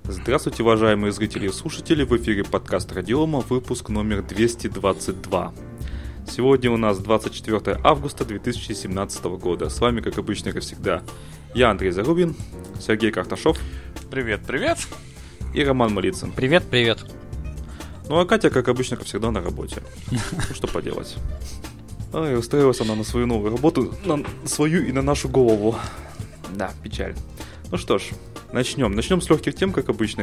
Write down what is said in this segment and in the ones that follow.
Здравствуйте, уважаемые зрители и слушатели, в эфире подкаст Радиома, выпуск номер 222. Сегодня у нас 24 августа 2017 года. С вами, как обычно, как всегда, я, Андрей Зарубин, Сергей Карташов. Привет. И Роман Малицын. Привет. Ну а Катя, как обычно, как всегда, на работе. Ну что поделать. Ой, устроилась она на свою новую работу, на свою и на нашу голову. Да, печаль. Ну что ж, начнем с легких тем, как обычно.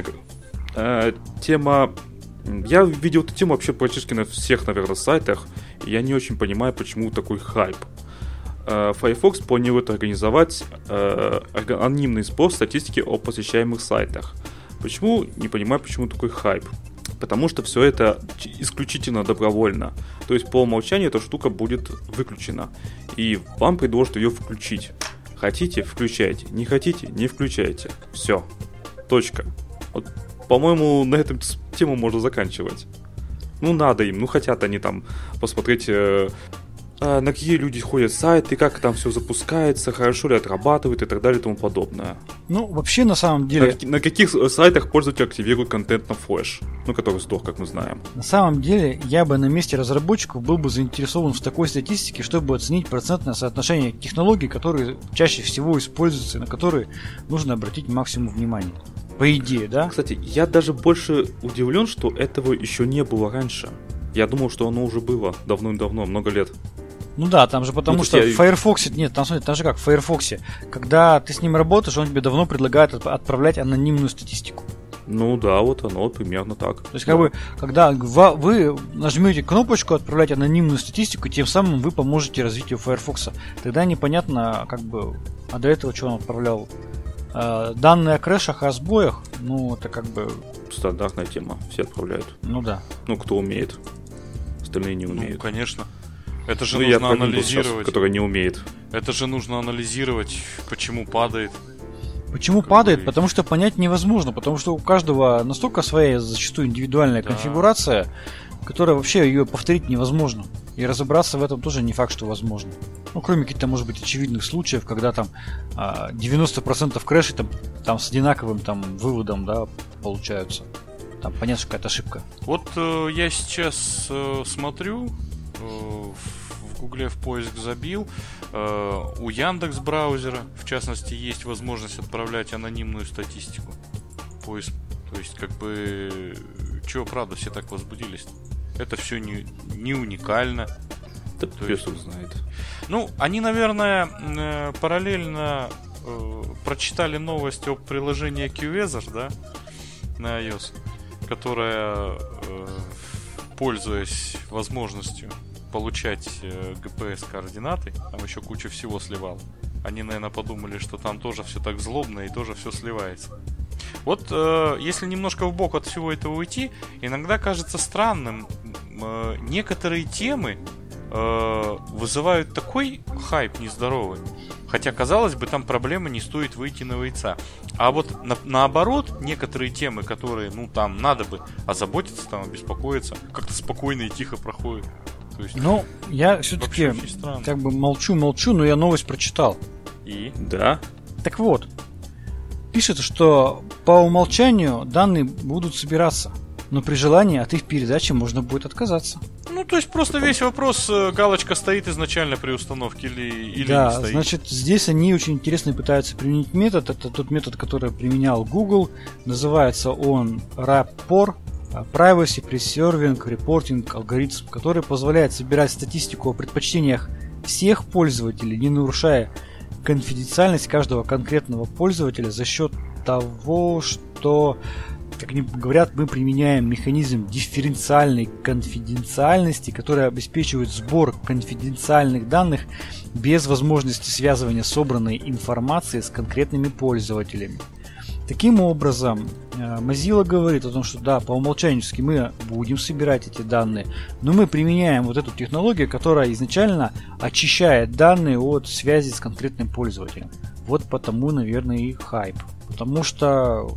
Тема... Я видел эту тему вообще практически на всех, наверное, сайтах, и я не очень понимаю, почему такой хайп. Firefox планирует организовать анонимный сбор статистики о посещаемых сайтах. Почему? Не понимаю, почему такой хайп. Потому что все это исключительно добровольно. То есть по умолчанию эта штука будет выключена. И вам предложат ее включить. Хотите — включайте. Не хотите — не включайте. Все. Точка. Вот, по-моему, на эту тему можно заканчивать. Ну, надо им. Ну, хотят они там посмотреть, на какие люди ходят сайты, как там все запускается, хорошо ли отрабатывает и так далее и тому подобное. Ну, вообще, на самом деле... На каких сайтах пользователь активирует контент на флеш, ну, который сдох, как мы знаем. На самом деле, я бы на месте разработчиков был бы заинтересован в такой статистике, чтобы оценить процентное соотношение технологий, которые чаще всего используются и на которые нужно обратить максимум внимания. По идее, да? Кстати, я даже больше удивлен, что этого еще не было раньше. Я думал, что оно уже было давно-давно, много лет. Ну да, там же потому что в Firefox... Нет, там же как в Firefox. Когда ты с ним работаешь, он тебе давно предлагает отправлять анонимную статистику. Ну да, вот оно примерно так. То есть, как бы, когда вы нажмете кнопочку «Отправлять анонимную статистику», тем самым вы поможете развитию Firefox. Тогда непонятно, как бы, а до этого что он отправлял? Данные о крэшах и о сбоях, ну, это как бы... Стандартная тема, все отправляют. Ну да. Ну, кто умеет. Остальные не умеют. Ну, конечно. Это же нужно анализировать. Сейчас, который не умеет. Это же нужно анализировать, почему падает. Почему падает? Потому что понять невозможно. Потому что у каждого настолько своя, зачастую индивидуальная конфигурация, которая вообще ее повторить невозможно. И разобраться в этом тоже не факт, что возможно. Ну, кроме каких-то, может быть, очевидных случаев, когда там 90% крэшей там с одинаковым там выводом, да, получаются. Там понятно, что какая-то ошибка. Вот я сейчас смотрю, в Гугле в поиск забил, у Яндекс браузера, в частности, есть возможность отправлять анонимную статистику. Поиск, то есть, как бы, чего, правда, все так возбудились? Это все не уникально. Да пес их знает. Ну, они, наверное, параллельно прочитали новость о приложении QWeather, да, на iOS, которое, пользуясь возможностью получать GPS-координаты, там еще куча всего сливало. Они, наверное, подумали, что там тоже все так злобно и тоже все сливается. Вот, если немножко вбок от всего этого уйти, иногда кажется странным, некоторые темы вызывают такой хайп нездоровый. Хотя, казалось бы, там проблема не стоит выйти на яйца. А вот наоборот, некоторые темы, которые, ну, там надо бы озаботиться, там, обеспокоиться, как-то спокойно и тихо проходят. То есть, ну, я все-таки как бы молчу, но я новость прочитал. И? Да. Так вот, пишется, что по умолчанию данные будут собираться, но при желании от их передачи можно будет отказаться. Ну, то есть просто весь вопрос, галочка стоит изначально при установке или да, не стоит. Значит, здесь они очень интересно пытаются применить метод. Это тот метод, который применял Google. Называется он RAPOR, Privacy Preserving Reporting Algorithm, который позволяет собирать статистику о предпочтениях всех пользователей, не нарушая конфиденциальность каждого конкретного пользователя за счет того, что, как они говорят, мы применяем механизм дифференциальной конфиденциальности, который обеспечивает сбор конфиденциальных данных без возможности связывания собранной информации с конкретными пользователями. Таким образом, Mozilla говорит о том, что да, по умолчанию мы будем собирать эти данные, но мы применяем вот эту технологию, которая изначально очищает данные от связи с конкретным пользователем. Вот потому, наверное, и хайп. Потому что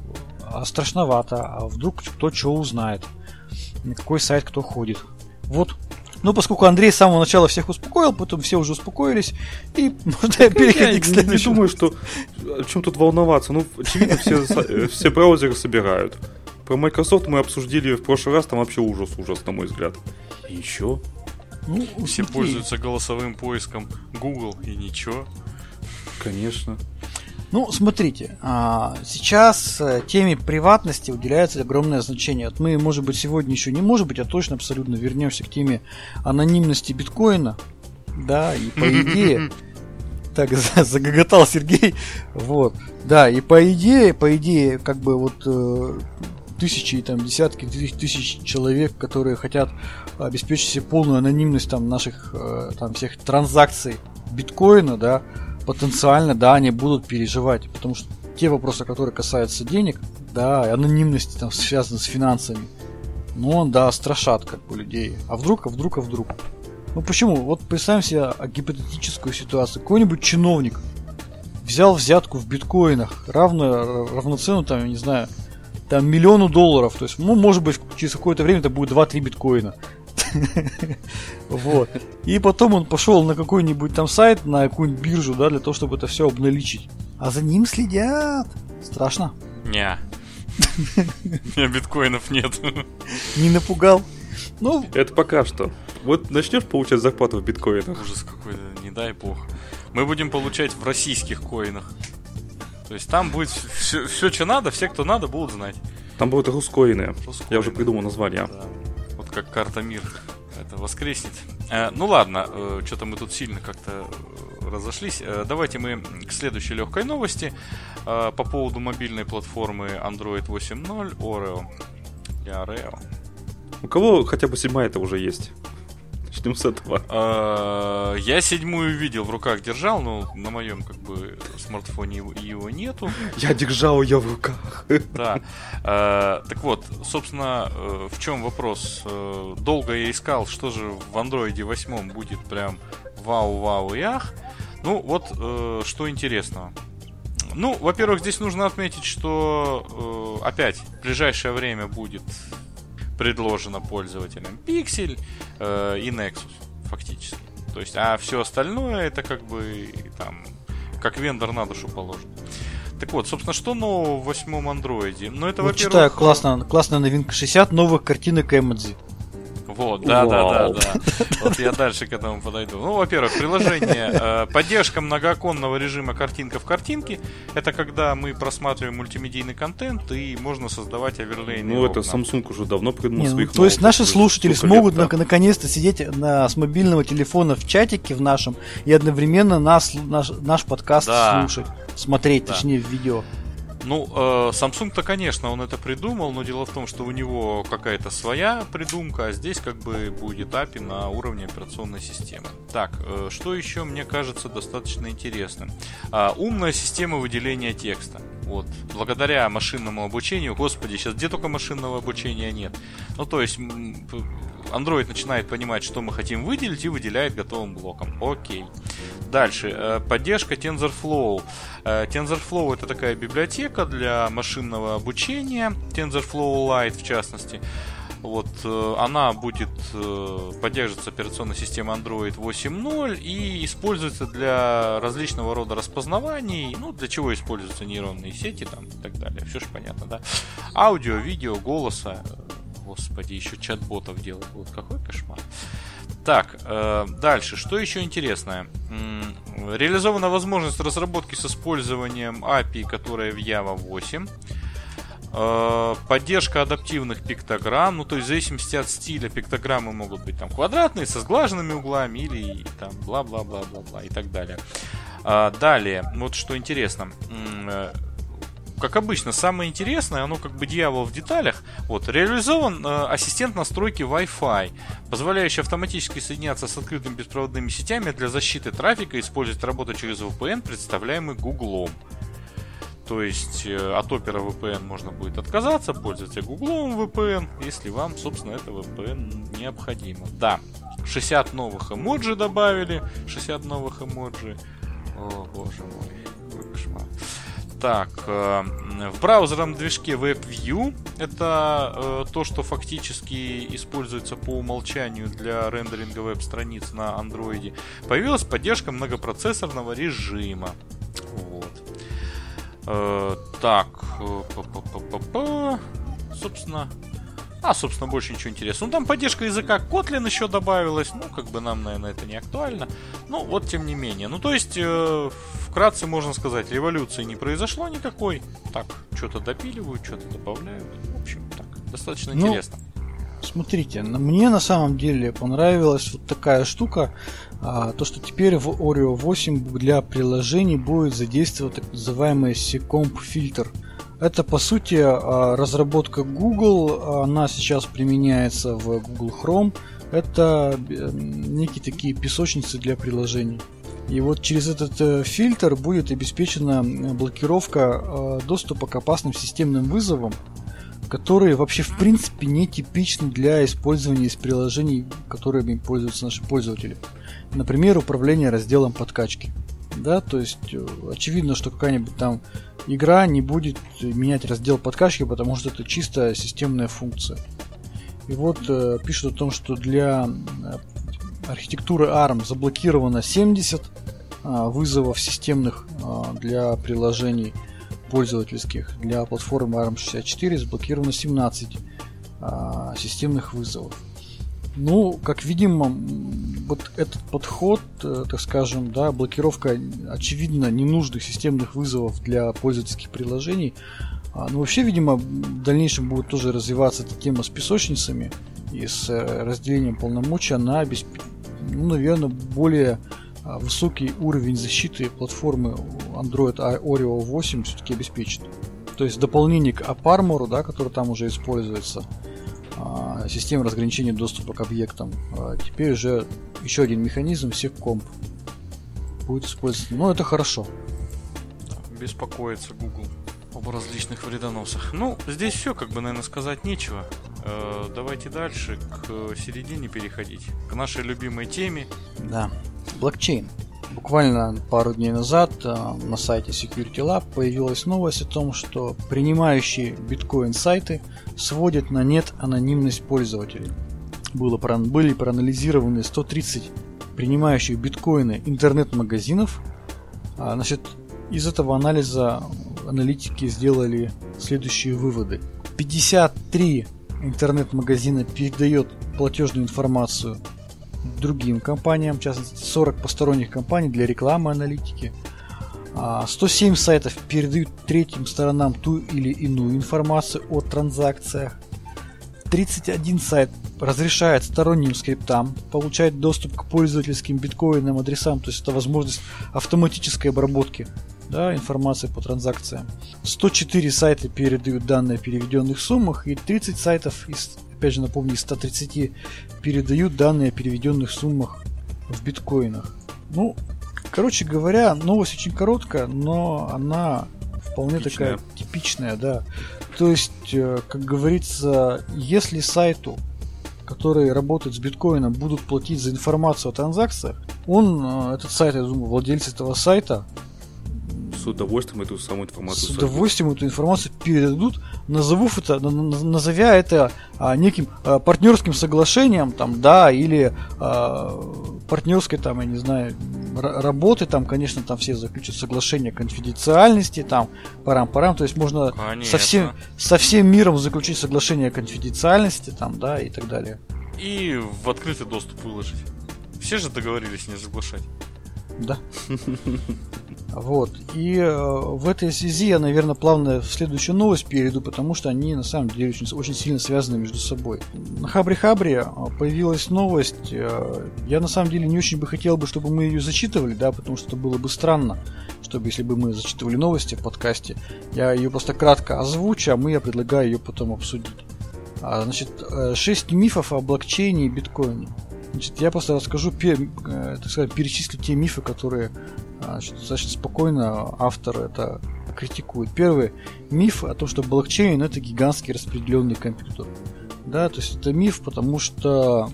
страшновато, а вдруг кто что узнает, на какой сайт кто ходит. Вот Но поскольку Андрей с самого начала всех успокоил, потом все уже успокоились, и можно переходить к Я не следующему. думаю, что о чем тут волноваться. Ну, очевидно, все браузеры собирают. Про Microsoft мы обсудили в прошлый раз, там вообще ужас, на мой взгляд. И еще? Ну, Все смотри. пользуются голосовым поиском Google и ничего. Конечно. Ну, смотрите, сейчас теме приватности уделяется огромное значение. Вот мы, может быть, сегодня еще не может быть, а точно абсолютно вернемся к теме анонимности биткоина. Да, и по идее... Так, загоготал Сергей. Вот. Да, и по идее, как бы вот тысячи и там десятки тысяч человек, которые хотят обеспечить себе полную анонимность там наших там всех транзакций биткоина, да, потенциально, да, они будут переживать, потому что те вопросы, которые касаются денег, да, и анонимности там связаны с финансами, ну, да, страшат как бы людей. А вдруг? Ну почему? Вот представим себе гипотетическую ситуацию. Какой-нибудь чиновник взял взятку в биткоинах, равноценную, там, я не знаю, там, $1 миллион. То есть, ну, может быть, через какое-то время это будет 2-3 биткоина. Вот. И потом он пошел на какой-нибудь там сайт, на какую-нибудь биржу, да, для того, чтобы это все обналичить. А за ним следят. Страшно. Не. У меня биткоинов нет. Не напугал. Ну, Это пока что. Вот начнешь получать зарплату в биткоинах. Ужас какой-то, не дай бог. Мы будем получать в российских коинах. То есть там будет все, что надо, все, кто надо, будут знать. Там будут рускоины. Рускоины. Я уже придумал название. Да. Вот как карта мир. Это воскреснет. Ну ладно, что-то мы тут сильно как-то разошлись. Давайте мы к следующей легкой новости. По поводу мобильной платформы Android 8.0 Oreo. Oreo. У кого хотя бы 7-я-то уже есть? Начнем с этого. Я 7-ю видел, в руках держал, но на моем как бы смартфоне его нету. Я держал ее в руках. Да. Так вот, собственно, в чем вопрос? Долго я искал, что же в Android 8 будет прям вау-вау и ах. Ну, вот что интересного. Ну, во-первых, здесь нужно отметить, что опять в ближайшее время будет предложено пользователям Pixel и Nexus, фактически. То есть, а все остальное это как бы там, как вендор на душу положено. Так вот, собственно, что нового в 8-м андроиде? Ну, это, вот во-первых... читаю, классная новинка, 60 новых картинок эмодзи. Вот, да. Вот я дальше к этому подойду. Ну, во-первых, приложение. Поддержка многооконного режима картинка в картинке. Это когда мы просматриваем мультимедийный контент и можно создавать оверлейные Ну, это окна. Samsung уже давно придумал своих. То есть наши слушатели смогут да. наконец-то сидеть с мобильного телефона в чатике в нашем и одновременно наш подкаст слушать, смотреть, точнее, в видео. Ну, Samsung-то, конечно, он это придумал, но дело в том, что у него какая-то своя придумка, а здесь как бы будет API на уровне операционной системы. Так, что еще мне кажется достаточно интересным? Умная система выделения текста. Вот, благодаря машинному обучению, господи, сейчас где только машинного обучения нет. Ну, то есть, Android начинает понимать, что мы хотим выделить, и выделяет готовым блоком. Окей. Дальше. Поддержка TensorFlow. TensorFlow — это такая библиотека для машинного обучения. TensorFlow Lite, в частности. Вот, она будет поддерживаться операционной системой Android 8.0 и используется для различного рода распознаваний. Ну, для чего используются нейронные сети там, и так далее. Все же понятно, да? Аудио, видео, голоса. Господи, еще чат-ботов делать будут. Какой кошмар. Так, дальше. Что еще интересное? Реализована возможность разработки с использованием API, которая в Java 8. Поддержка адаптивных пиктограмм. Ну, то есть в зависимости от стиля пиктограммы могут быть там квадратные, со сглаженными углами или там бла-бла-бла-бла-бла и так далее. Далее, вот что интересно. Как обычно, самое интересное, оно как бы дьявол в деталях. Вот, реализован ассистент настройки Wi-Fi, позволяющий автоматически соединяться с открытыми беспроводными сетями для защиты трафика и использовать работу через VPN, представляемый Гуглом. То есть от Opera VPN можно будет отказаться, пользоваться Гуглом VPN, если вам, собственно, это VPN необходимо. Да, 60 новых эмоджи добавили, 60 новых эмоджи. О, боже мой, какой кошмар. Так, в браузерном движке WebView, это то, что фактически используется по умолчанию для рендеринга веб-страниц на Android, появилась поддержка многопроцессорного режима. Вот. Так, собственно, больше ничего интересного. Ну, там поддержка языка Kotlin еще добавилась. Ну, как бы нам, наверное, это не актуально. Ну, вот, тем не менее. Ну, то есть, вкратце можно сказать, революции не произошло никакой. Так, что-то допиливают, что-то добавляют. В общем, так, достаточно интересно. Смотрите, мне на самом деле понравилась вот такая штука. То, что теперь в Oreo 8 для приложений будет задействовать так называемый Secomp фильтр. Это, по сути, разработка Google, она сейчас применяется в Google Chrome. Это некие такие песочницы для приложений. И вот через этот фильтр будет обеспечена блокировка доступа к опасным системным вызовам, которые вообще в принципе не типичны для использования из приложений, которыми пользуются наши пользователи. Например, управление разделом подкачки. Да, то есть очевидно, что какая-нибудь там игра не будет менять раздел подкачки, потому что это чисто системная функция. И вот пишут о том, что для архитектуры ARM заблокировано 70 вызовов системных для приложений пользовательских. Для платформы ARM64 заблокировано 17 системных вызовов. Ну, как видим, вот этот подход, так скажем, да, блокировка очевидно ненужных системных вызовов для пользовательских приложений. Ну, вообще, видимо, в дальнейшем будет тоже развиваться эта тема с песочницами и с разделением полномочий. Она, наверное, более высокий уровень защиты платформы Android Oreo 8 все-таки обеспечит. То есть в дополнение к AppArmor, да, который там уже используется, система разграничения доступа к объектам, теперь уже еще один механизм Secomp будет использоваться. Но это хорошо. Беспокоится Google об различных вредоносах. Ну, здесь все, как бы, наверное, сказать нечего. Давайте дальше к середине переходить. К нашей любимой теме. Да. Блокчейн. Буквально пару дней назад на сайте Security Lab появилась новость о том, что принимающие биткоин сайты сводят на нет анонимность пользователей. Были проанализированы 130 принимающих биткоины интернет-магазинов. Значит, из этого анализа аналитики сделали следующие выводы. 53 интернет-магазина передает платежную информацию другим компаниям, в частности 40 посторонних компаний для рекламы аналитики. 107 сайтов передают третьим сторонам ту или иную информацию о транзакциях. 31 сайт разрешает сторонним скриптам получать доступ к пользовательским биткоинным адресам, то есть это возможность автоматической обработки, да, информации по транзакциям. 104 сайта передают данные о переведенных суммах, и 30 сайтов, опять же напомню, из 130 передают данные о переведенных суммах в биткоинах. Ну, короче говоря, новость очень короткая, но она вполне такая типичная, да. То есть, как говорится, если сайту, который работает с биткоином, будут платить за информацию о транзакциях, этот сайт, я думаю, владельцы этого сайта с удовольствием эту самую информацию эту информацию передадут, назовя это неким партнерским соглашением, там, да, или партнерской, там, я не знаю, работы, там, конечно, там все заключат соглашение конфиденциальности, там, парам-парам, то есть можно со всем миром заключить соглашение конфиденциальности, там, да, и так далее. И в открытый доступ выложить. Все же договорились не соглашать. Да. Вот. И в этой связи я, наверное, плавно в следующую новость перейду, потому что они на самом деле очень сильно связаны между собой. На Хабре появилась новость. Я на самом деле не очень бы хотел бы, чтобы мы ее зачитывали, да, потому что это было бы странно, чтобы если бы мы зачитывали новости в подкасте. Я ее просто кратко озвучу, а я предлагаю ее потом обсудить. Значит, 6 мифов о блокчейне и биткоине. Значит, я просто расскажу, так сказать, перечислю те мифы, которые достаточно спокойно автор это критикует. Первый миф о том, что блокчейн это гигантский распределенный компьютер. Да, то есть это миф, потому что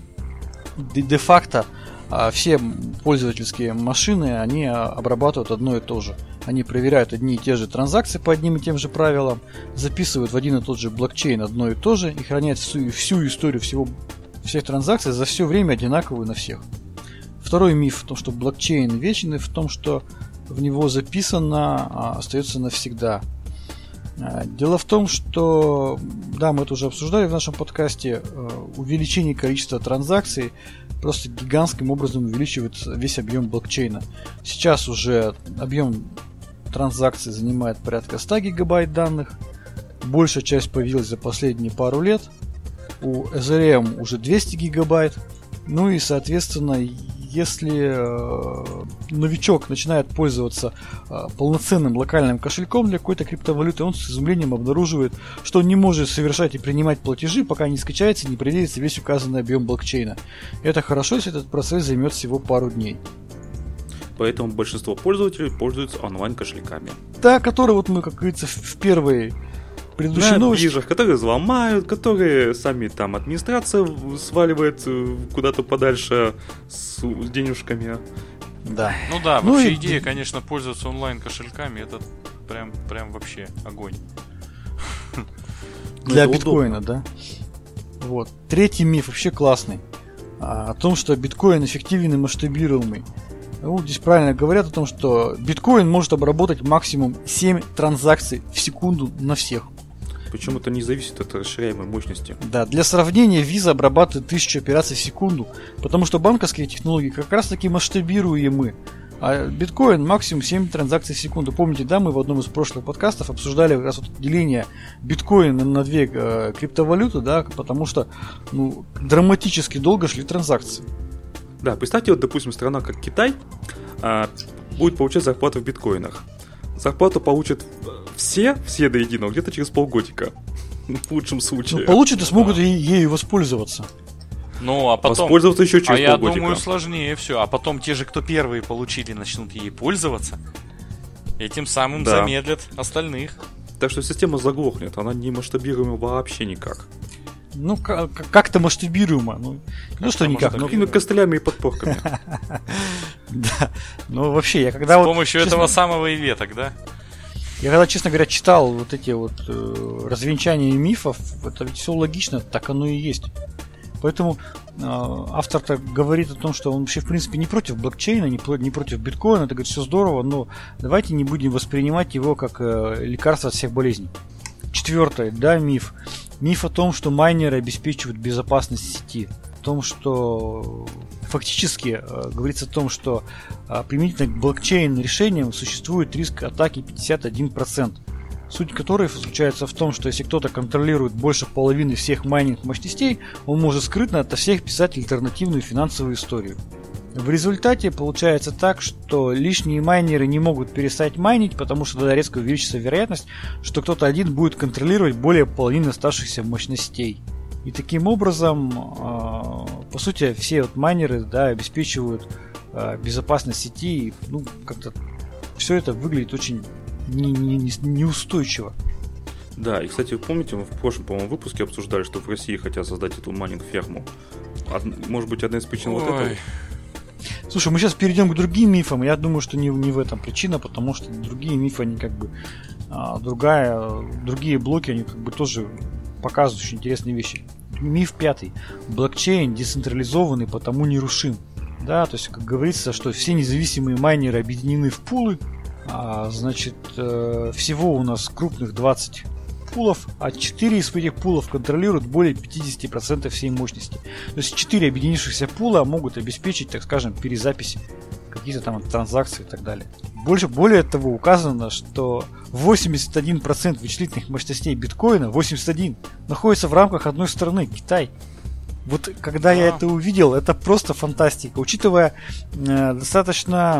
де-факто все пользовательские машины, они обрабатывают одно и то же. Они проверяют одни и те же транзакции по одним и тем же правилам, записывают в один и тот же блокчейн одно и то же и хранят всю историю всех транзакций за все время одинаковую на всех. Второй миф в том, что блокчейн вечен, и в том, что в него записано, остается навсегда. Дело в том, что, да, мы это уже обсуждали в нашем подкасте, увеличение количества транзакций просто гигантским образом увеличивает весь объем блокчейна. Сейчас уже объем транзакций занимает порядка 100 гигабайт данных. Большая часть появилась за последние пару лет. У Ethereum уже 200 гигабайт. Ну и, соответственно, если новичок начинает пользоваться полноценным локальным кошельком для какой-то криптовалюты, он с изумлением обнаруживает, что он не может совершать и принимать платежи, пока не скачается и не проверится весь указанный объем блокчейна. Это хорошо, если этот процесс займет всего пару дней. Поэтому большинство пользователей пользуются онлайн-кошельками. Да, которые вот мы, как говорится, в первой предыдущей новости. На биржах, которые взломают, которые сами там администрация сваливает куда-то подальше с денежками. Да. Ну да, вообще идея, конечно, пользоваться онлайн-кошельками, это прям вообще огонь. Для биткоина, да. Вот. Третий миф вообще классный. О том, что биткоин эффективен и масштабируемый. Ну, здесь правильно говорят о том, что биткоин может обработать максимум 7 транзакций в секунду на всех. Причем это не зависит от расширяемой мощности. Да, для сравнения, Visa обрабатывает 1000 операций в секунду, потому что банковские технологии как раз таки масштабируемы. А биткоин максимум 7 транзакций в секунду. Помните, да, мы в одном из прошлых подкастов обсуждали как раз вот деление биткоина на две криптовалюты, да, потому что драматически долго шли транзакции. Да, представьте, вот, допустим, страна как Китай будет получать зарплату в биткоинах. Зарплату получат все до единого где-то через полгодика. В лучшем случае. Получат и смогут ею воспользоваться. Ну, а потом... Воспользоваться еще через полгодика. Я думаю, сложнее все. А потом те же, кто первые получили, начнут ей пользоваться. И тем самым замедлят остальных. Так что система заглохнет. Она не масштабируема вообще никак. Ну, как-то масштабируемо. Ну что никак. Какими костылями и подпорками. Да. Ну, вообще, я когда... С помощью этого самого и веток, да? Я когда, честно говоря, читал вот эти вот развенчания мифов, это ведь все логично, так оно и есть. Поэтому автор-то говорит о том, что он вообще, в принципе, не против блокчейна, не против биткоина. Это, говорит, все здорово, но давайте не будем воспринимать его как лекарство от всех болезней. Четвертое, да, миф. Миф о том, что майнеры обеспечивают безопасность сети. О том, что фактически говорится о том, что применительно к блокчейн-решениям существует риск атаки 51%. Суть которой заключается в том, что если кто-то контролирует больше половины всех майнинг-мощностей, он может скрытно ото всех писать альтернативную финансовую историю. В результате получается так, что лишние майнеры не могут перестать майнить, потому что тогда резко увеличится вероятность, что кто-то один будет контролировать более половины оставшихся мощностей. И таким образом, по сути, все вот майнеры обеспечивают безопасность сети. И, как-то все это выглядит очень неустойчиво. Да, и, кстати, вы помните, мы в прошлом, по-моему, выпуске обсуждали, что в России хотят создать эту майнинг-ферму. Может быть, одна из причин вот этого? Слушай, мы сейчас перейдем к другим мифам. Я думаю, что не в этом причина, потому что другие мифы, они как бы другие блоки, они как бы тоже показывают очень интересные вещи. Миф 5. Блокчейн децентрализованный, потому нерушим. Да, то есть, как говорится, что все независимые майнеры объединены в пулы. Значит, всего у нас крупных 20 пулов, а 4 из этих пулов контролируют более 50% всей мощности. То есть 4 объединившихся пула могут обеспечить, так скажем, перезапись каких-то там транзакций и так далее. Более того, указано, что 81% вычислительных мощностей биткоина, 81, находится в рамках одной страны, Китай. Вот когда я это увидел, это просто фантастика. Учитывая достаточно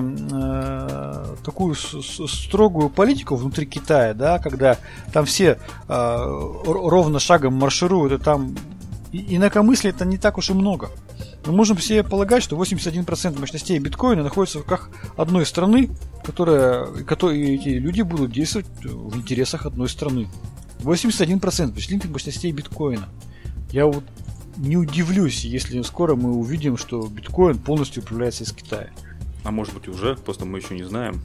такую строгую политику внутри Китая, да, когда там все ровно шагом маршируют, и там инакомыслия это не так уж и много. Мы можем себе полагать, что 81% мощностей биткоина находится в руках одной страны, и эти люди будут действовать в интересах одной страны. 81% вычислительных мощностей биткоина. Я вот не удивлюсь, если скоро мы увидим, что биткоин полностью управляется из Китая. А может быть уже, просто мы еще не знаем.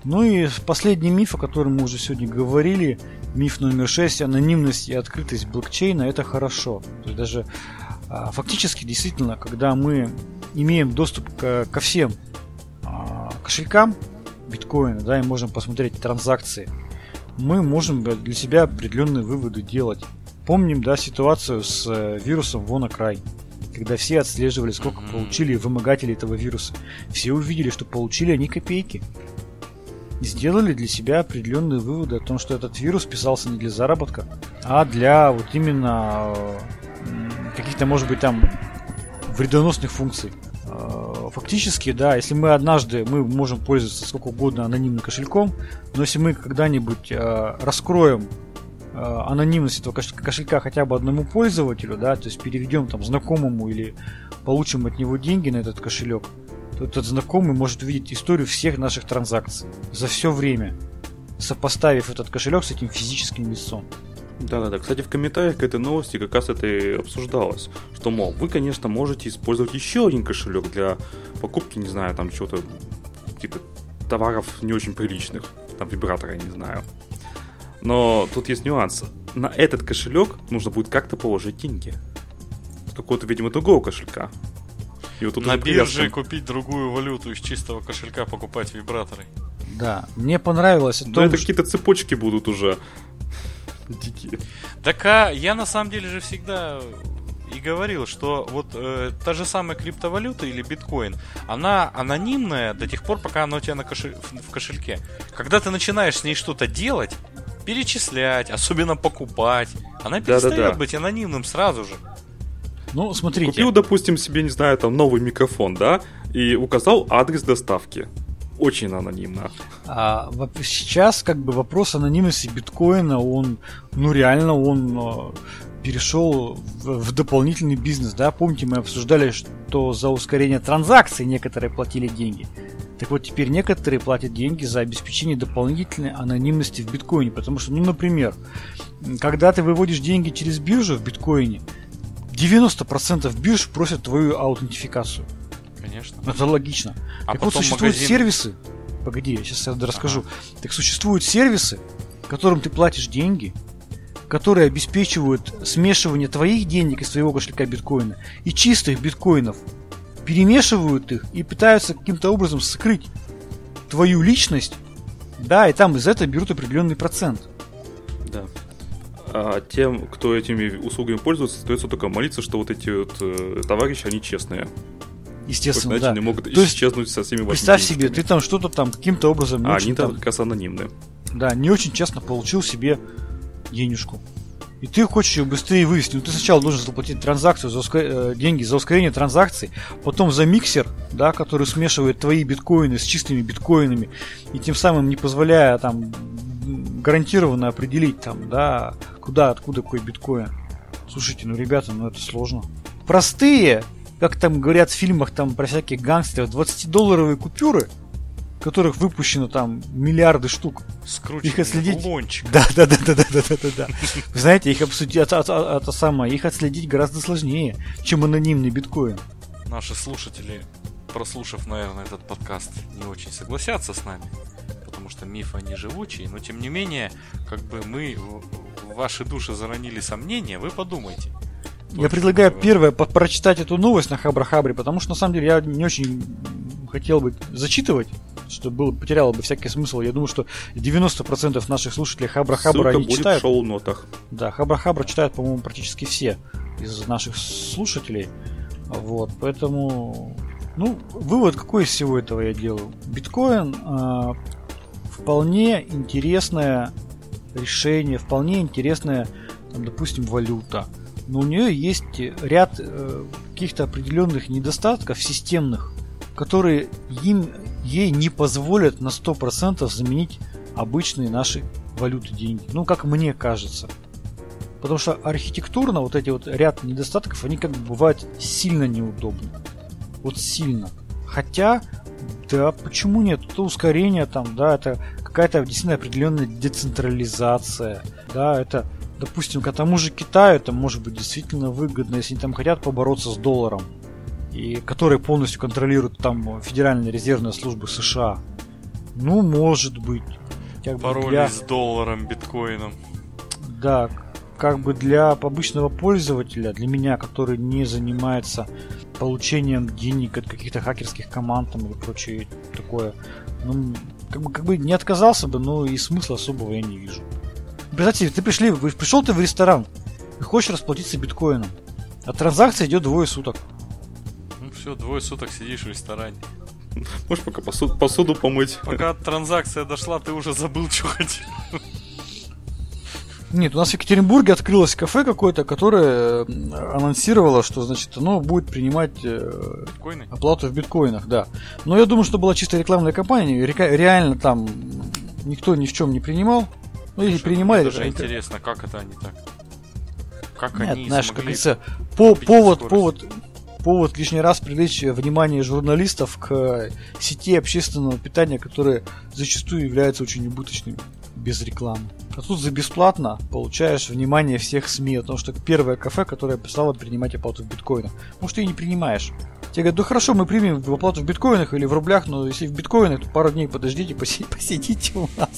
Ну и последний миф, о котором мы уже сегодня говорили, миф номер 6, анонимность и открытость блокчейна, это хорошо. То есть даже фактически, действительно, когда мы имеем доступ ко всем кошелькам биткоина, да, и можем посмотреть транзакции, мы можем для себя определенные выводы делать. Помним, да, ситуацию с вирусом WannaCry, когда все отслеживали, сколько получили вымогатели этого вируса. Все увидели, что получили они копейки. И сделали для себя определенные выводы о том, что этот вирус писался не для заработка, а для вот именно каких-то, может быть, там вредоносных функций. Фактически, да, если мы можем пользоваться сколько угодно анонимным кошельком, но если мы когда-нибудь раскроем анонимность этого кошелька хотя бы одному пользователю, да, то есть переведем там знакомому или получим от него деньги на этот кошелек, то этот знакомый может увидеть историю всех наших транзакций за все время, сопоставив этот кошелек с этим физическим лицом. Да. Кстати, в комментариях к этой новости как раз это и обсуждалось, что, мол, вы, конечно, можете использовать еще один кошелек для покупки, не знаю, там чего-то, типа товаров не очень приличных, там вибратора, я не знаю. Но тут есть нюанс. На этот кошелек нужно будет как-то положить деньги. С какого-то, видимо, другого кошелька. И вот тут на бирже купить другую валюту из чистого кошелька, покупать вибраторы. Да, мне понравилось. Да, это какие-то цепочки будут уже дикие. Так я на самом деле же всегда и говорил, что вот та же самая криптовалюта или биткоин, она анонимная до тех пор, пока она у тебя в кошельке. Когда ты начинаешь с ней что-то делать, перечислять, особенно покупать, она перестает быть анонимным сразу же. Ну, смотрите. Купил, допустим, себе, не знаю, там новый микрофон, да, и указал адрес доставки. Очень анонимно. Сейчас как бы вопрос анонимности биткоина, он реально перешел в дополнительный бизнес, да. Помните, мы обсуждали, что за ускорение транзакций некоторые платили деньги. Так вот, теперь некоторые платят деньги за обеспечение дополнительной анонимности в биткоине. Потому что, например, когда ты выводишь деньги через биржу в биткоине, 90% бирж просят твою аутентификацию. Конечно. Это логично. Так вот, существуют сервисы. Погоди, я сейчас расскажу. Так существуют сервисы, которым ты платишь деньги, которые обеспечивают смешивание твоих денег из твоего кошелька биткоина и чистых биткоинов, перемешивают их и пытаются каким-то образом скрыть твою личность, да, и там из этого берут определенный процент. Да. А тем, кто этими услугами пользуется, остается только молиться, что вот эти вот товарищи, они честные. Естественно, да. Они могут исчезнуть со всеми вашими представь себе, ты там что-то там каким-то образом... они там как раз анонимны. Да, не очень честно получил себе денежку. И ты хочешь ее быстрее вывести. Но ты сначала должен заплатить транзакцию, деньги за ускорение транзакций, потом за миксер, да, который смешивает твои биткоины с чистыми биткоинами, и тем самым не позволяя там гарантированно определить там, да, откуда какой биткоин. Слушайте, ребята, это сложно. Простые, как там говорят в фильмах там про всяких гангстеров, 20-долларовые купюры, которых выпущено там миллиарды штук. Скрученный их отследить... лончик. Да. Вы знаете, их их отследить гораздо сложнее, чем анонимный биткоин. Наши слушатели, прослушав, наверное, этот подкаст, не очень согласятся с нами, потому что мифы, они живучие, но тем не менее, как бы мы в ваши души заронили сомнения, вы подумайте. Я предлагаю первое прочитать эту новость на Хабра-Хабре, потому что на самом деле я не очень хотел бы зачитывать, что потеряло бы всякий смысл. Я думаю, что 90% наших слушателей Хабра-Хабра они читают. В шоу-нотах. Да, Хабра-Хабра читают, по-моему, практически все из наших слушателей. Вот, поэтому, вывод какой из всего этого я делаю? Биткоин вполне интересное решение, вполне интересная, допустим, валюта. Но у нее есть ряд каких-то определенных недостатков системных, которые ей не позволят на 100% заменить обычные наши валюты, деньги. Как мне кажется. Потому что архитектурно вот эти вот ряд недостатков, они как бы бывают сильно неудобны. Вот сильно. Хотя, да, почему нет? Это ускорение там, да, это какая-то действительно определенная децентрализация. Да, это, допустим, к тому же Китаю это может быть действительно выгодно, если они там хотят побороться с долларом, и который полностью контролирует там Федеральная резервная служба США. Ну, может быть. Пароли с долларом, биткоином. Да, как бы для обычного пользователя, для меня, который не занимается получением денег от каких-то хакерских команд там, или прочее такое, ну, как бы не отказался бы, но и смысла особого я не вижу. Представьте, пришел ты в ресторан и хочешь расплатиться биткоином, а транзакция идет 2 суток. Ну все, 2 суток сидишь в ресторане. Можешь пока посуду помыть. Пока транзакция дошла, ты уже забыл, что хотел. Нет, у нас в Екатеринбурге открылось кафе какое-то, которое анонсировало, что, значит, оно будет принимать оплату в биткоинах, да. Но я думаю, что была чисто рекламная кампания, реально там никто ни в чем не принимал. Ну, или принимали. Мне даже интересно, как это они так? Как нет, они знаешь, смогли... как повод лишний раз привлечь внимание журналистов к сети общественного питания, которые зачастую являются очень убыточными без рекламы. А тут за бесплатно получаешь внимание всех СМИ, потому что первое кафе, которое стало принимать оплату в биткоинах. Может, ты и не принимаешь. Тебе говорят, ну хорошо, мы примем оплату в биткоинах или в рублях, но если в биткоинах, то пару дней подождите, посидите у нас.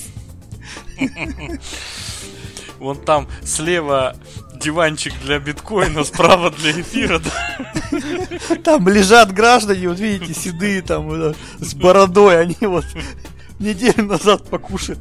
Вон там слева диванчик для биткоина, справа для эфира. Там лежат граждане, вот видите, седые там с бородой, они вот неделю назад покушали.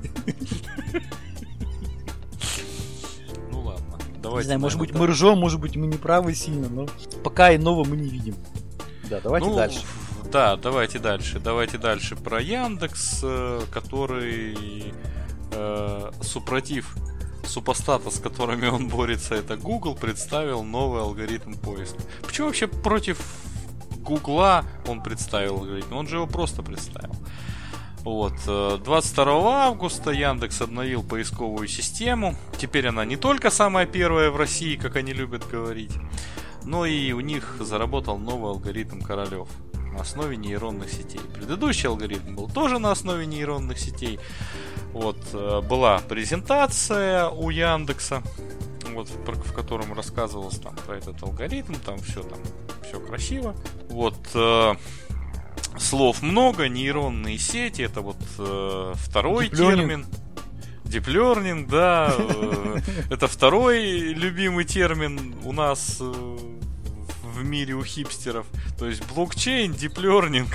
Ну ладно, давайте. Не знаю, может быть мы ржем, может быть мы не правы сильно, но пока иного мы не видим. Да, давайте дальше. Да, давайте дальше. Давайте дальше про Яндекс, который супротив супостата, с которыми он борется, это Google, представил новый алгоритм поиска. Почему вообще против Гугла он представил алгоритм? Он же его просто представил. Вот. 22 августа Яндекс обновил поисковую систему. Теперь она не только самая первая в России, как они любят говорить, но и у них заработал новый алгоритм Королев на основе нейронных сетей. Предыдущий алгоритм был тоже на основе нейронных сетей. Вот, была презентация у Яндекса, вот, в котором рассказывалось там про этот алгоритм, там все красиво. Вот, слов много, нейронные сети, это вот второй термин. Deep Learning, да, это второй любимый термин у нас в мире у хипстеров. То есть блокчейн, Deep Learning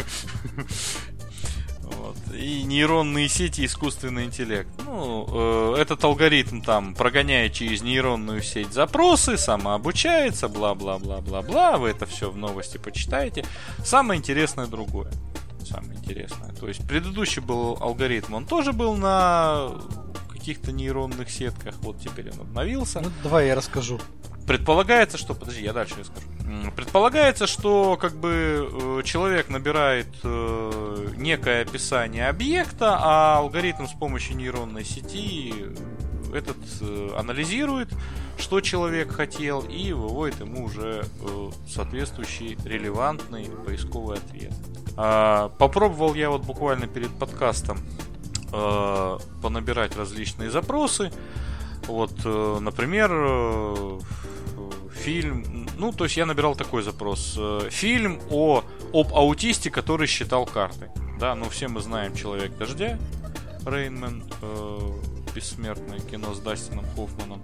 вот. И нейронные сети, искусственный интеллект. Ну, этот алгоритм там прогоняет через нейронную сеть запросы, самообучается, бла-бла-бла-бла-бла. Вы это все в новости почитаете. Самое интересное другое. Самое интересное. То есть предыдущий был алгоритм, он тоже был на каких-то нейронных сетках. Вот теперь он обновился. Ну, давай я расскажу. Предполагается, что... Подожди, я дальше расскажу. Предполагается, что как бы человек набирает некое описание объекта, а алгоритм с помощью нейронной сети этот анализирует, что человек хотел, и выводит ему уже соответствующий релевантный поисковый ответ. Попробовал я вот буквально перед подкастом понабирать различные запросы. Вот, например, фильм... Ну, то есть я набирал такой запрос. Фильм об аутисте, который считал карты. Да, ну все мы знаем «Человек дождя», Рейнман, бессмертное кино с Дастином Хоффманом.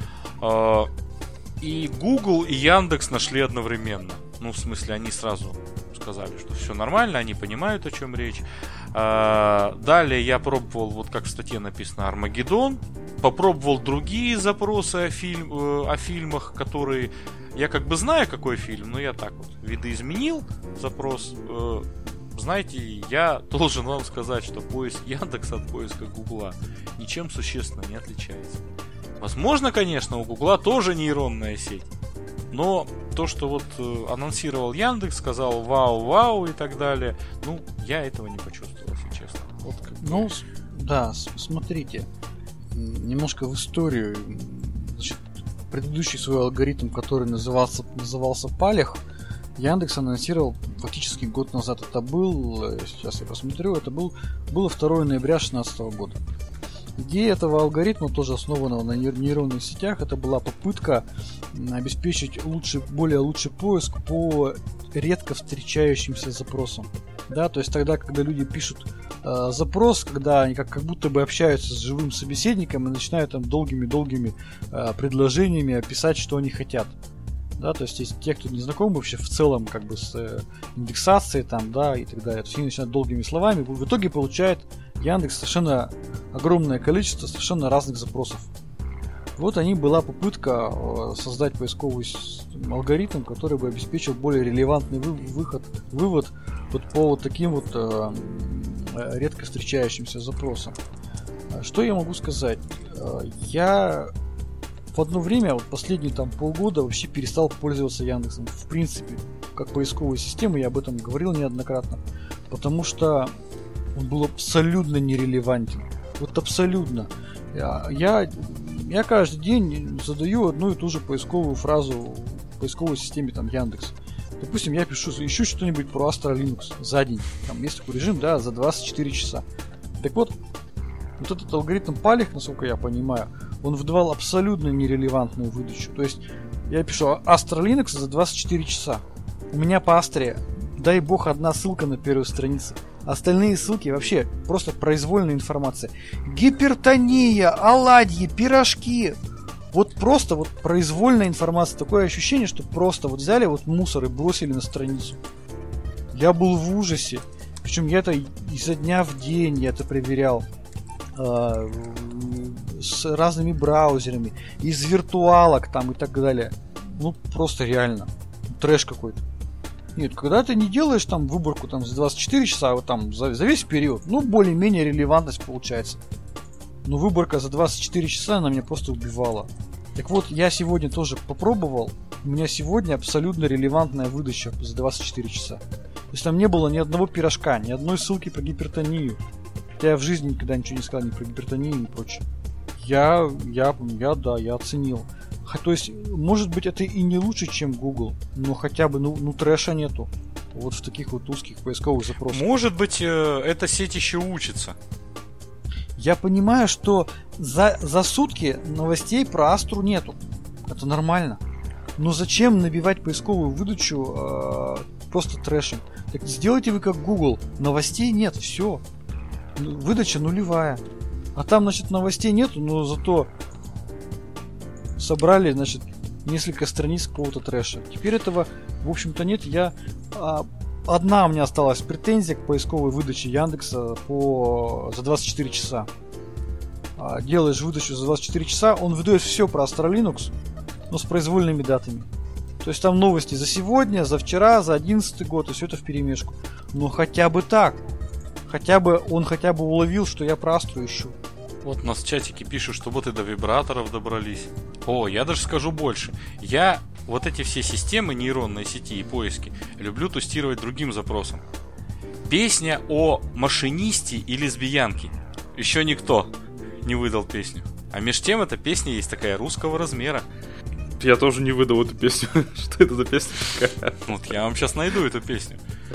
И Google и Яндекс нашли одновременно. Ну, в смысле, они сразу сказали, что все нормально, они понимают, о чем речь. Далее я пробовал, вот как в статье написано, Армагеддон. Попробовал другие запросы о фильмах, которые... Я как бы знаю, какой фильм, но я так вот видоизменил запрос. Знаете, я должен вам сказать, что поиск Яндекса от поиска Гугла ничем существенно не отличается. Возможно, конечно, у Гугла тоже нейронная сеть. Но то, что вот анонсировал Яндекс, сказал вау-вау и так далее, ну, я этого не почувствовал, если честно. Вот как ну, да, смотрите. Немножко в историю. Значит, предыдущий свой алгоритм, который назывался Палех, Яндекс анонсировал фактически год назад. Это был, сейчас я посмотрю, это было 2 ноября 2016 года. Идея этого алгоритма, тоже основанного на нейронных сетях, это была попытка обеспечить более лучший поиск по редко встречающимся запросам. Да, то есть тогда, когда люди пишут запрос, когда они как будто бы общаются с живым собеседником и начинают там долгими-долгими предложениями описать, что они хотят. Да, то есть те, кто не знаком вообще в целом как бы с индексацией там, да, и так далее, то есть они начинают долгими словами, в итоге получает Яндекс совершенно огромное количество совершенно разных запросов. Вот была попытка создать поисковый алгоритм, который бы обеспечил более релевантный вывод вот по вот таким вот редко встречающимся запросам. Что я могу сказать? Я в одно время, вот последние там полгода, вообще перестал пользоваться Яндексом. В принципе, как поисковой системой, я об этом говорил неоднократно. Потому что он был абсолютно нерелевантен. Вот абсолютно. Я каждый день задаю одну и ту же поисковую фразу в поисковой системе там Яндекс. Допустим, я ищу что-нибудь про Astra Linux за день. Там есть такой режим, да, за 24 часа. Так вот этот алгоритм Палих, насколько я понимаю, он выдавал абсолютно нерелевантную выдачу. То есть я пишу Astra Linux за 24 часа. У меня по Астре, дай бог, одна ссылка на первой странице. Остальные ссылки вообще просто произвольная информация. Гипертония, оладьи, пирожки. Вот просто вот произвольная информация. Такое ощущение, что просто вот взяли вот мусор и бросили на страницу. Я был в ужасе. Причем я это изо дня в день я это проверял. С разными браузерами. Из виртуалок там и так далее. Ну просто реально. Трэш какой-то. Нет, когда ты не делаешь там выборку там за 24 часа, а вот там за весь период, ну более-менее релевантность получается. Но выборка за 24 часа она меня просто убивала. Так вот, я сегодня тоже попробовал. У меня сегодня абсолютно релевантная выдача за 24 часа. То есть там не было ни одного пирожка, ни одной ссылки про гипертонию. Хотя я в жизни никогда ничего не сказал ни про гипертонию, ни прочее. Я оценил. То есть, может быть, это и не лучше, чем Google, но хотя бы, ну трэша нету. Вот в таких вот узких поисковых запросах. Может быть, эта сеть еще учится. Я понимаю, что за сутки новостей про Астру нету. Это нормально. Но зачем набивать поисковую выдачу просто трэшем? Так сделайте вы как Google. Новостей нет, все. Выдача нулевая. А там, значит, новостей нету, но зато собрали, значит, несколько страниц какого-то трэша. Теперь этого, в общем-то, нет. Одна у меня осталась претензия к поисковой выдаче Яндекса за 24 часа. Делаешь выдачу за 24 часа, он выдает все про Astra Linux, но с произвольными датами. То есть там новости за сегодня, за вчера, за 11 год, и все это вперемешку. Но хотя бы так. Он хотя бы уловил, что я про Астру ищу. Вот у нас в чатике пишут, что вот и до вибраторов добрались. О, я даже скажу больше. Я вот эти все системы нейронной сети и поиски люблю тестировать другим запросом. Песня о машинисте и лесбиянке. Еще никто не выдал песню. А меж тем эта песня есть такая русского размера. Я тоже не выдал эту песню. Что это за песня такая? Вот я вам сейчас найду эту песню.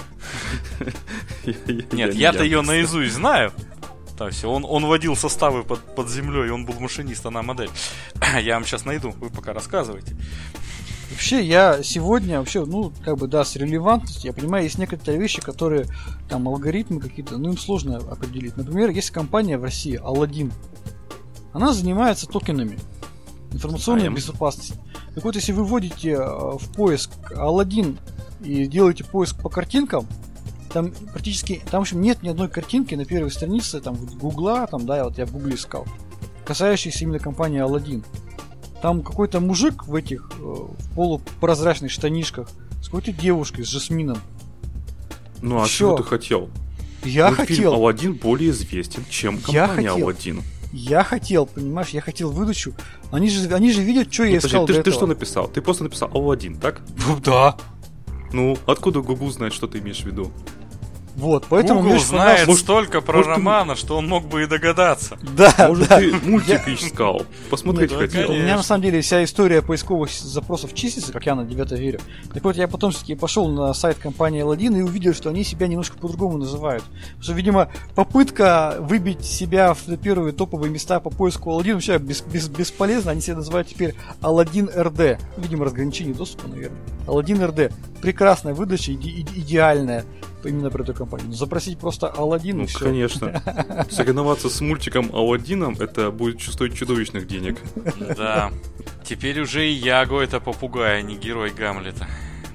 Нет, я-то ее наизусть знаю. То есть он водил составы под землей, он был машинист, она модель. Я вам сейчас найду, вы пока рассказывайте. Вообще, я сегодня с релевантностью, я понимаю, есть некоторые вещи, которые там алгоритмы какие-то, им сложно определить. Например, есть компания в России, Aladdin. Она занимается токенами, информационной безопасности. Так вот, если вы вводите в поиск Aladdin и делаете поиск по картинкам, там практически, в общем, нет ни одной картинки на первой странице, там, Гугла, я в Гугле искал, касающейся именно компании Aladdin. Там какой-то мужик в этих в полупрозрачных штанишках с какой-то девушкой, с жасмином. Ну а что ты хотел? Я хотел. Фильм Aladdin более известен, чем компания Aladdin. Я хотел, понимаешь, выдачу. Они же видят, что я искал. Ты что написал? Ты просто написал Aladdin, так? Ну да. Ну, откуда Google знает, что ты имеешь в виду? Вот, поэтому Google знает столько про романа, что он мог бы и догадаться. Да, может, ты мультик искал? Посмотреть хотел. У меня на самом деле вся история поисковых запросов чистится, как я на 9 верю. Так вот, я потом все-таки пошел на сайт компании Aladdin и увидел, что они себя немножко по-другому называют. Потому что, видимо, попытка выбить себя в первые топовые места по поиску Aladdin вообще бесполезна. Они себя называют теперь Aladdin RD. Видимо, разграничение доступа, наверное. Aladdin RD. Прекрасная выдача, идеальная. именно про эту компанию. Запросить просто Аладдин и все. Конечно. Соревноваться с мультиком Аладдином, это будет стоить чудовищных денег. Да. Теперь уже и Яго это попугай, а не герой Гамлета.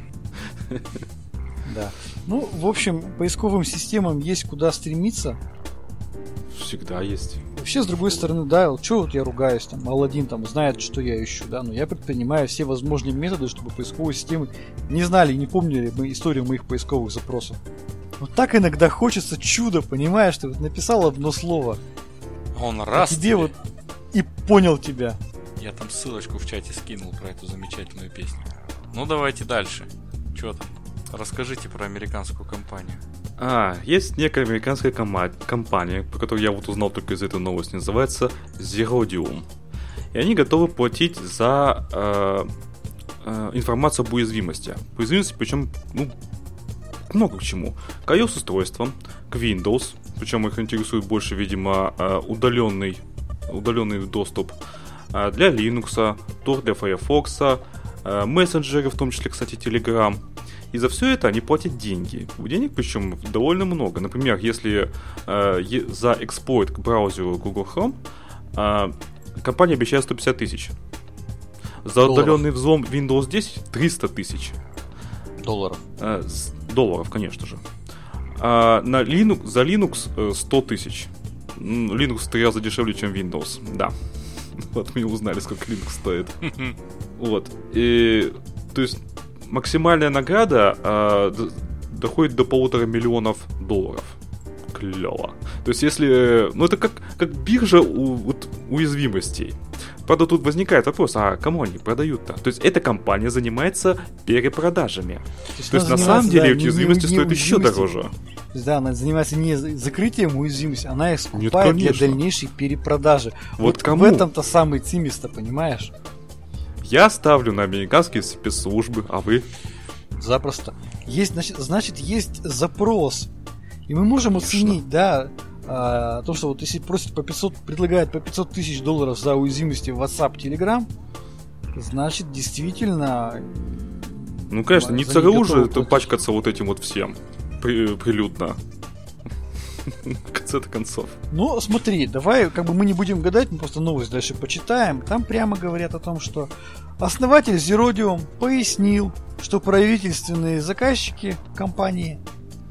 Да. Ну, в общем, поисковым системам есть куда стремиться. Всегда есть. Вообще, с другой стороны, да, чё вот я ругаюсь, там, Аладдин там знает, что я ищу, да, но я предпринимаю все возможные методы, чтобы поисковые системы не знали и не помнили историю моих поисковых запросов. Вот так иногда хочется чуда, понимаешь, ты вот написал одно слово, Он раз тебе вот и понял тебя. Я там ссылочку в чате скинул про эту замечательную песню. Ну, давайте дальше. Чё там? Расскажите про американскую компанию. Есть некая американская компания, про которую я вот узнал только из этой новости, называется Zerodium. И они готовы платить за информацию об уязвимости. Уязвимости, причем, много к чему. К iOS-устройствам, к Windows, причем их интересует больше, видимо, удаленный доступ, для Linux, Tor для Firefox, мессенджеры, в том числе, кстати, Telegram. И за все это они платят деньги. Денег причем довольно много. Например, если за эксплойт к браузеру Google Chrome компания обещает 150 тысяч. За удаленный взлом Windows 10 300 тысяч. Долларов. Долларов, конечно же. За Linux 100 тысяч. Linux в 3 раза дешевле, чем Windows. Да. Вот мы узнали, сколько Linux стоит. Вот. И, то есть максимальная награда доходит до $1,5 миллиона. Клево. То есть если... это как биржа уязвимостей. Правда, тут возникает вопрос, кому они продают-то? То есть эта компания занимается перепродажами. То есть на самом деле уязвимости стоят еще дороже. То есть, да, она занимается не закрытием уязвимости, она их скупает для дальнейшей перепродажи. Вот кому? В этом-то самый цимис-то, понимаешь? Я ставлю на американские спецслужбы, а вы? Запросто. Значит, есть запрос. И мы можем оценить, да, то, что вот если просит предлагает по $500 тысяч за уязвимости в WhatsApp, Telegram, значит, действительно... конечно, не ЦРУ же пачкаться вот этим вот всем прилюдно. В конце-то концов. Смотри, давай, мы не будем гадать, мы просто новость дальше почитаем. Там прямо говорят о том, что основатель Zerodium пояснил, что правительственные заказчики компании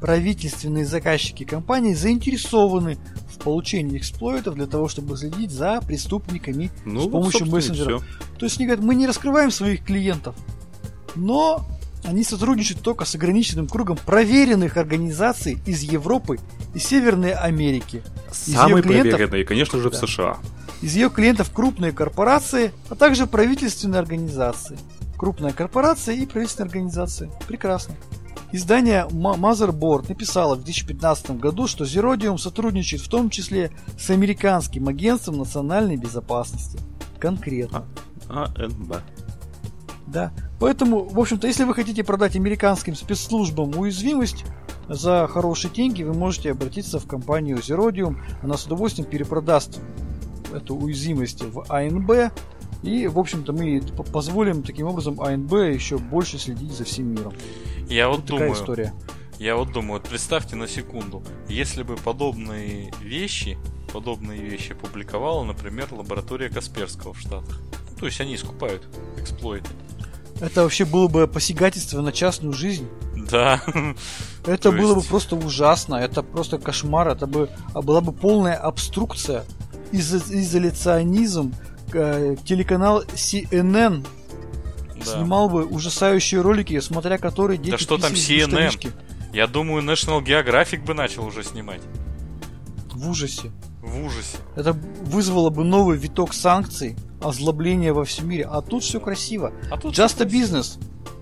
заинтересованы в получении эксплойтов для того, чтобы следить за преступниками с помощью мессенджеров. То есть они говорят, мы не раскрываем своих клиентов, но они сотрудничают только с ограниченным кругом проверенных организаций из Европы и Северной Америки. Самые проверенные, конечно же, в США. Из ее клиентов крупные корпорации, а также правительственные организации. Крупная корпорация и правительственные организации. Прекрасно. Издание Motherboard написало в 2015 году, что Zerodium сотрудничает в том числе с американским агентством национальной безопасности. Конкретно. АНБ. Да. Поэтому, в общем-то, если вы хотите продать американским спецслужбам уязвимость за хорошие деньги, вы можете обратиться в компанию Zerodium. Она с удовольствием перепродаст эту уязвимость в АНБ. И, в общем-то, мы позволим таким образом АНБ еще больше следить за всем миром. Я вот думаю, представьте на секунду, если бы подобные вещи публиковала, например, лаборатория Касперского в Штатах. То есть они скупают эксплойты. Это вообще было бы посягательство на частную жизнь. Да. Это было бы просто ужасно. Это просто кошмар. Это была бы полная обструкция, изоляционизм. Телеканал CNN снимал бы ужасающие ролики, смотря которые дети... Да что там CNN? Я думаю, National Geographic бы начал уже снимать. В ужасе. В ужасе. Это вызвало бы новый виток санкций, озлобления во всем мире. А тут все красиво. Just a business.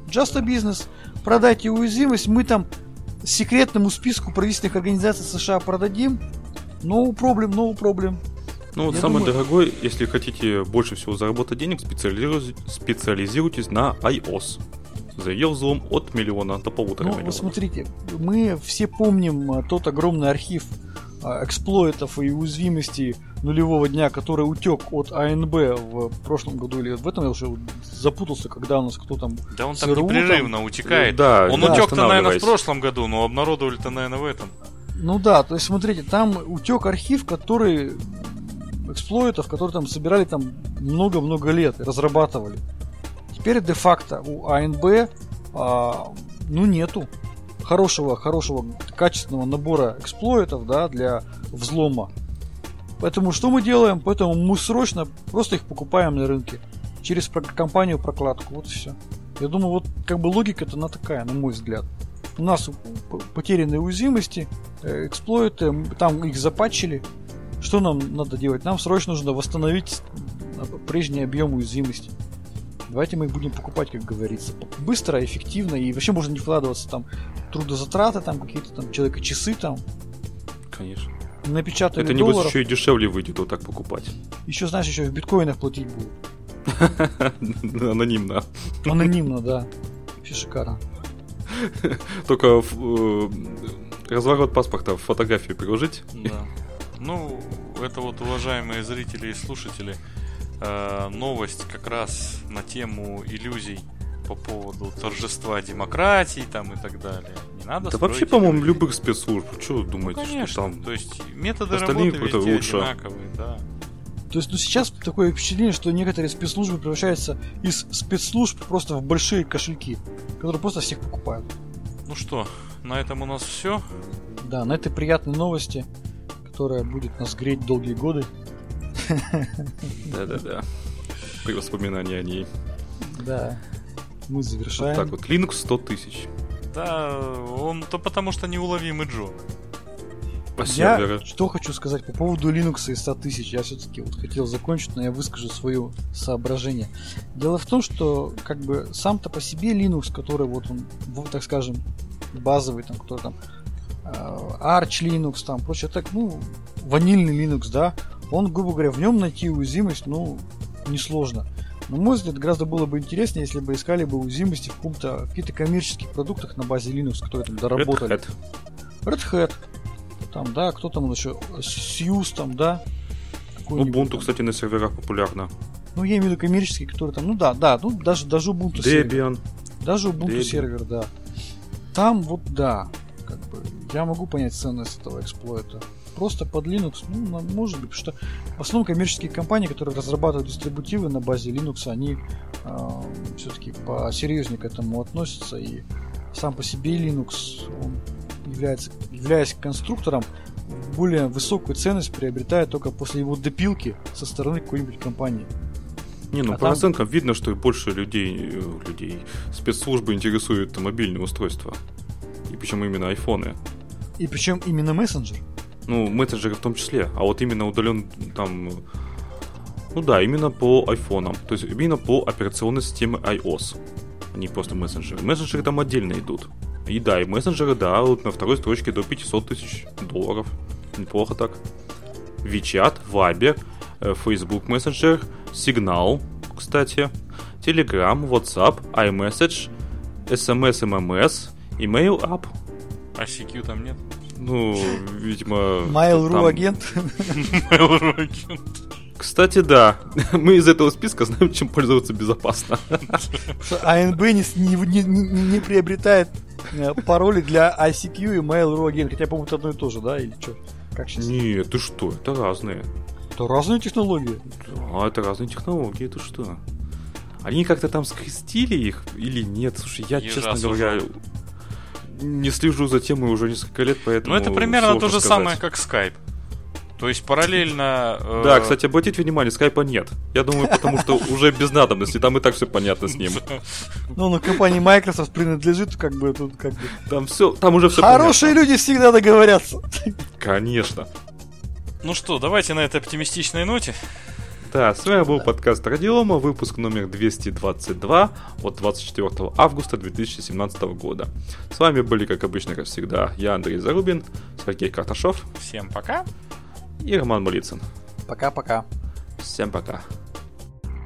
Продайте уязвимость, мы там секретному списку правительственных организаций США продадим. No problem. Самый дорогой, если хотите больше всего заработать денег, специализируйтесь на iOS. За ее взлом от $1 миллиона до $1,5 миллиона. Смотрите, мы все помним тот огромный архив эксплойтов и уязвимостей нулевого дня, который утек от АНБ в прошлом году или в этом, я уже запутался, когда у нас кто там... Да он там ЦРУ непрерывно утекает. Да, он утек-то, наверное, в прошлом году, но обнародовали-то, наверное, в этом. Ну да, то есть смотрите, там утек архив, который... эксплойтов, которые там собирали там много-много лет и разрабатывали. Теперь де-факто у АНБ нету хорошего, качественного набора эксплойтов, да, для взлома. Поэтому что мы делаем? Поэтому мы срочно просто их покупаем на рынке через компанию прокладку. Вот и все. Я думаю, вот как бы логика-то она такая, на мой взгляд. У нас потерянные уязвимости, эксплойты, там их запатчили. Что нам надо делать? Нам срочно нужно восстановить прежний объем уязвимости. Давайте мы их будем покупать, как говорится, быстро, эффективно, и вообще можно не вкладываться там трудозатраты, там какие-то там человека часы там. Конечно. Напечатали это долларов. небось еще и дешевле выйдет вот так покупать. Еще, знаешь, еще в биткоинах платить будут. Анонимно. Анонимно, да. Вообще шикарно. Только разворот паспорта в фотографию приложить. Да. Ну, это вот, уважаемые зрители и слушатели, новость как раз на тему иллюзий по поводу торжества демократии там и так далее. Не надо. Да вообще, по-моему, любых спецслужб. Что вы думаете, конечно. что там? То есть методы работы везде лучше. одинаковые, да. То есть, сейчас такое впечатление, что некоторые спецслужбы превращаются из спецслужб просто в большие кошельки, которые просто всех покупают. Ну что, на этом у нас все. Да, на этой приятной новости, которая будет нас греть долгие годы. Да-да-да. При воспоминании о ней. Да. Мы завершаем. Вот так вот. Linux 100 тысяч. Да, он то потому что неуловимый Джо. Я что хочу сказать по поводу Linux и 100 тысяч. Я все-таки вот хотел закончить, но я выскажу свое соображение. Дело в том, что как бы сам-то по себе Linux, который вот он, так скажем, базовый, там, который там Arch Linux, там, прочее, так, ну, ванильный Linux, да, он, грубо говоря, в нем найти уязвимость, ну, несложно. На мой взгляд, гораздо было бы интереснее, если бы искали бы уязвимости в каких-то коммерческих продуктах на базе Linux, которые там доработали. Red Hat. Там, да, кто там еще? SUSE, там, да. Ubuntu, там, кстати, на серверах популярно. Ну, я имею в виду коммерческие, которые там, ну да, ну даже Ubuntu сервер. Даже Ubuntu сервер, да. Там вот, да, как бы, я могу понять ценность этого эксплойта. Просто под Linux, ну, может быть, потому что в основном коммерческие компании, которые разрабатывают дистрибутивы на базе Linux, они все-таки посерьезнее к этому относятся, и сам по себе Linux, он являясь конструктором, более высокую ценность приобретает только после его допилки со стороны какой-нибудь компании. Не, ну по оценкам видно, что больше людей спецслужбы интересуют мобильные устройства. И причем именно айфоны. И причем именно мессенджер. Ну, мессенджеры в том числе. А вот именно удален там... Ну да, именно по айфонам. То есть именно по операционной системе iOS. А не просто мессенджеры. Мессенджеры там отдельно идут. И да, и мессенджеры, да, вот на второй строчке до $500 тысяч. Неплохо так. WeChat, Viber, Facebook Messenger, Signal, кстати, Telegram, WhatsApp, iMessage, SMS, MMS, Email App. ICQ там нет? Ну, видимо... Mail.ru агент. Mail.ru агент. Кстати, да. Мы из этого списка знаем, чем пользоваться безопасно. АНБ не приобретает пароли для ICQ и Mail.ru агент. Хотя, по-моему, это одно и то же, да? Или что? Как сейчас? Нет, ты что? Это разные. Это разные технологии. Да, это разные технологии, ты что? Они как-то там скрестили их или нет? Слушай, я, честно говоря, не слежу за темой уже несколько лет, поэтому... Ну, это примерно то же самое, как Skype. То есть параллельно... Да, кстати, обратите внимание, скайпа нет. Я думаю, потому что уже без надобности, там и так все понятно с ним. Ну, на компании Microsoft принадлежит, как бы, тут как бы... Там уже все понятно. Хорошие люди всегда договорятся. Конечно. Ну что, давайте на этой оптимистичной ноте. Да, с вами был подкаст Радиома, выпуск номер 222 от 24 августа 2017 года. С вами были, как обычно, как всегда, я, Андрей Зарубин, Сергей Карташов. Всем пока. И Роман Малицын. Пока-пока. Всем пока.